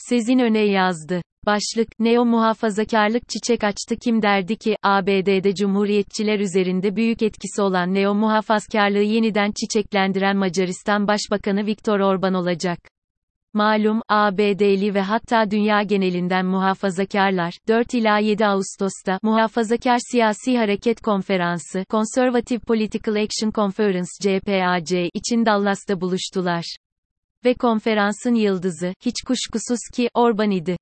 Sezin Öney yazdı. Başlık, neo-muhafazakarlık çiçek açtı. Kim derdi ki, ABD'de cumhuriyetçiler üzerinde büyük etkisi olan neo-muhafazkarlığı yeniden çiçeklendiren Macaristan Başbakanı Viktor Orban olacak. Malum, ABD'li ve hatta dünya genelinden muhafazakarlar, 4 ila 7 Ağustos'ta, Muhafazakar Siyasi Hareket Konferansı, Conservative Political Action Conference (CPAC) için Dallas'ta buluştular. Ve konferansın yıldızı, hiç kuşkusuz ki, Orban idi.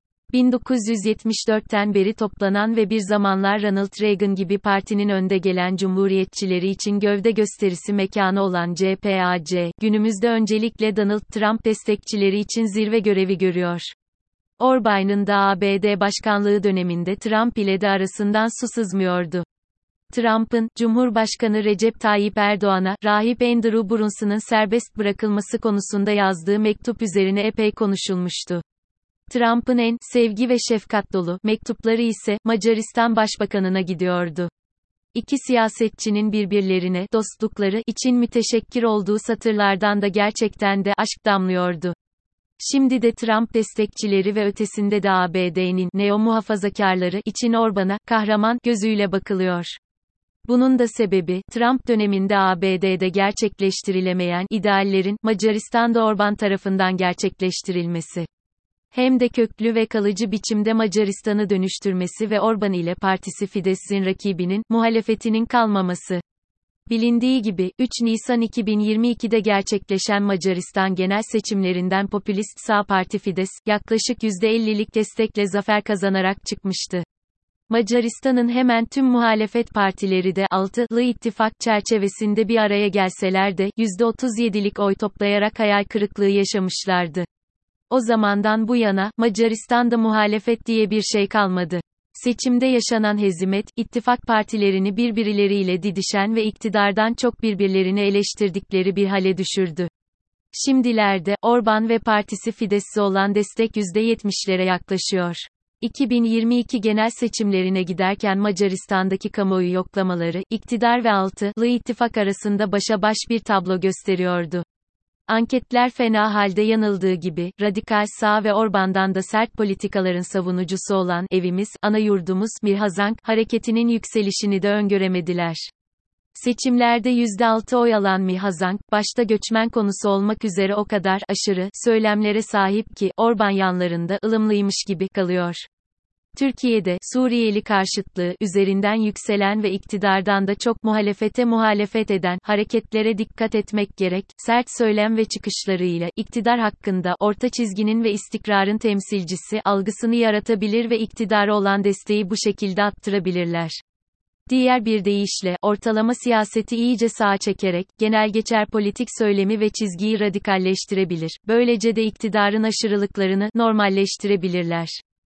1974'ten beri toplanan ve bir zamanlar Ronald Reagan gibi partinin önde gelen cumhuriyetçileri için gövde gösterisi mekanı olan CPAC, günümüzde öncelikle Donald Trump destekçileri için zirve görevi görüyor. Orban'ın da ABD başkanlığı döneminde Trump ile de arasından su sızmıyordu. Trump'ın, Cumhurbaşkanı Recep Tayyip Erdoğan'a, rahip Andrew Brunson'ın serbest bırakılması konusunda yazdığı mektup üzerine epey konuşulmuştu. Trump'ın en sevgi ve şefkat dolu mektupları ise Macaristan Başbakanına gidiyordu. İki siyasetçinin birbirlerine dostlukları için müteşekkir olduğu satırlardan da gerçekten de aşk damlıyordu. Şimdi de Trump destekçileri ve ötesinde de ABD'nin neo-muhafazakarları için Orban'a kahraman gözüyle bakılıyor. Bunun da sebebi, Trump döneminde ABD'de gerçekleştirilemeyen ideallerin Macaristan'da Orban tarafından gerçekleştirilmesi. Hem de köklü ve kalıcı biçimde Macaristan'ı dönüştürmesi ve Orban ile partisi Fidesz'in rakibinin, muhalefetinin kalmaması. Bilindiği gibi, 3 Nisan 2022'de gerçekleşen Macaristan genel seçimlerinden popülist sağ parti Fidesz, yaklaşık %50'lik destekle zafer kazanarak çıkmıştı. Macaristan'ın hemen tüm muhalefet partileri de altılı ittifak çerçevesinde bir araya gelseler de, %37'lik oy toplayarak hayal kırıklığı yaşamışlardı. O zamandan bu yana, Macaristan'da muhalefet diye bir şey kalmadı. Seçimde yaşanan hezimet, ittifak partilerini birbirleriyle didişen ve iktidardan çok birbirlerini eleştirdikleri bir hale düşürdü. Şimdilerde, Orban ve partisi Fidesz'e olan destek %70'lere yaklaşıyor. 2022 genel seçimlerine giderken Macaristan'daki kamuoyu yoklamaları, iktidar ve altılı ittifak arasında başa baş bir tablo gösteriyordu. Anketler fena halde yanıldığı gibi, radikal sağ ve Orban'dan da sert politikaların savunucusu olan Evimiz, Ana Yurdumuz, Mihazank hareketinin yükselişini de öngöremediler. Seçimlerde %6 oy alan Mihazank, başta göçmen konusu olmak üzere o kadar aşırı söylemlere sahip ki, Orban yanlarında ılımlıymış gibi kalıyor. Türkiye'de, Suriyeli karşıtlığı üzerinden yükselen ve iktidardan da çok muhalefet eden hareketlere dikkat etmek gerek, sert söylem ve çıkışlarıyla, iktidar hakkında orta çizginin ve istikrarın temsilcisi algısını yaratabilir ve iktidara olan desteği bu şekilde arttırabilirler. Diğer bir deyişle, ortalama siyaseti iyice sağa çekerek, genelgeçer politik söylemi ve çizgiyi radikalleştirebilir, böylece de iktidarın aşırılıklarını normalleştirebilirler.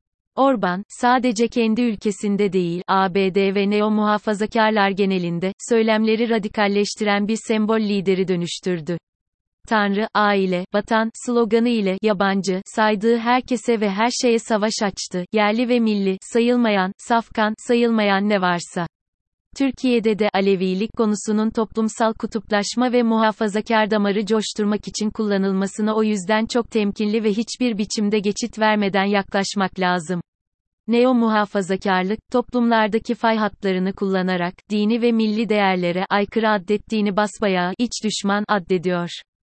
Orban, sadece kendi ülkesinde değil, ABD ve neo-muhafazakarlar genelinde, söylemleri radikalleştiren bir sembol lideri dönüştürdü. Tanrı, aile, vatan, sloganı ile, yabancı, saydığı herkese ve her şeye savaş açtı, yerli ve milli, sayılmayan, safkan, sayılmayan ne varsa. Türkiye'de de Alevilik konusunun toplumsal kutuplaşma ve muhafazakar damarı coşturmak için kullanılmasına o yüzden çok temkinli ve hiçbir biçimde geçit vermeden yaklaşmak lazım. Neo-muhafazakarlık, toplumlardaki fay hatlarını kullanarak, dini ve milli değerlere aykırı addettiğini basbayağı, iç düşman addediyor.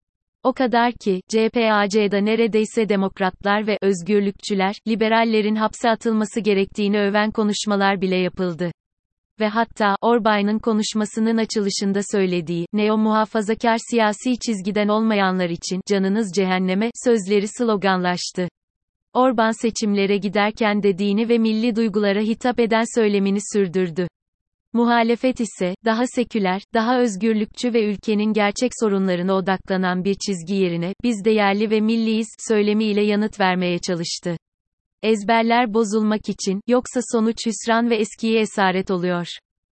O kadar ki, CPAC'da neredeyse demokratlar ve özgürlükçüler, liberallerin hapse atılması gerektiğini öven konuşmalar bile yapıldı. Ve hatta, Orban'ın konuşmasının açılışında söylediği, neo-muhafazakar siyasi çizgiden olmayanlar için, canınız cehenneme, sözleri sloganlaştı. Orban seçimlere giderken de dini ve milli duygulara hitap eden söylemini sürdürdü. Muhalefet ise, daha seküler, daha özgürlükçü ve ülkenin gerçek sorunlarına odaklanan bir çizgi yerine, biz de yerli ve milliyiz, söylemiyle yanıt vermeye çalıştı. Ezberler bozulmak için, yoksa sonuç hüsran ve eskiye esaret oluyor.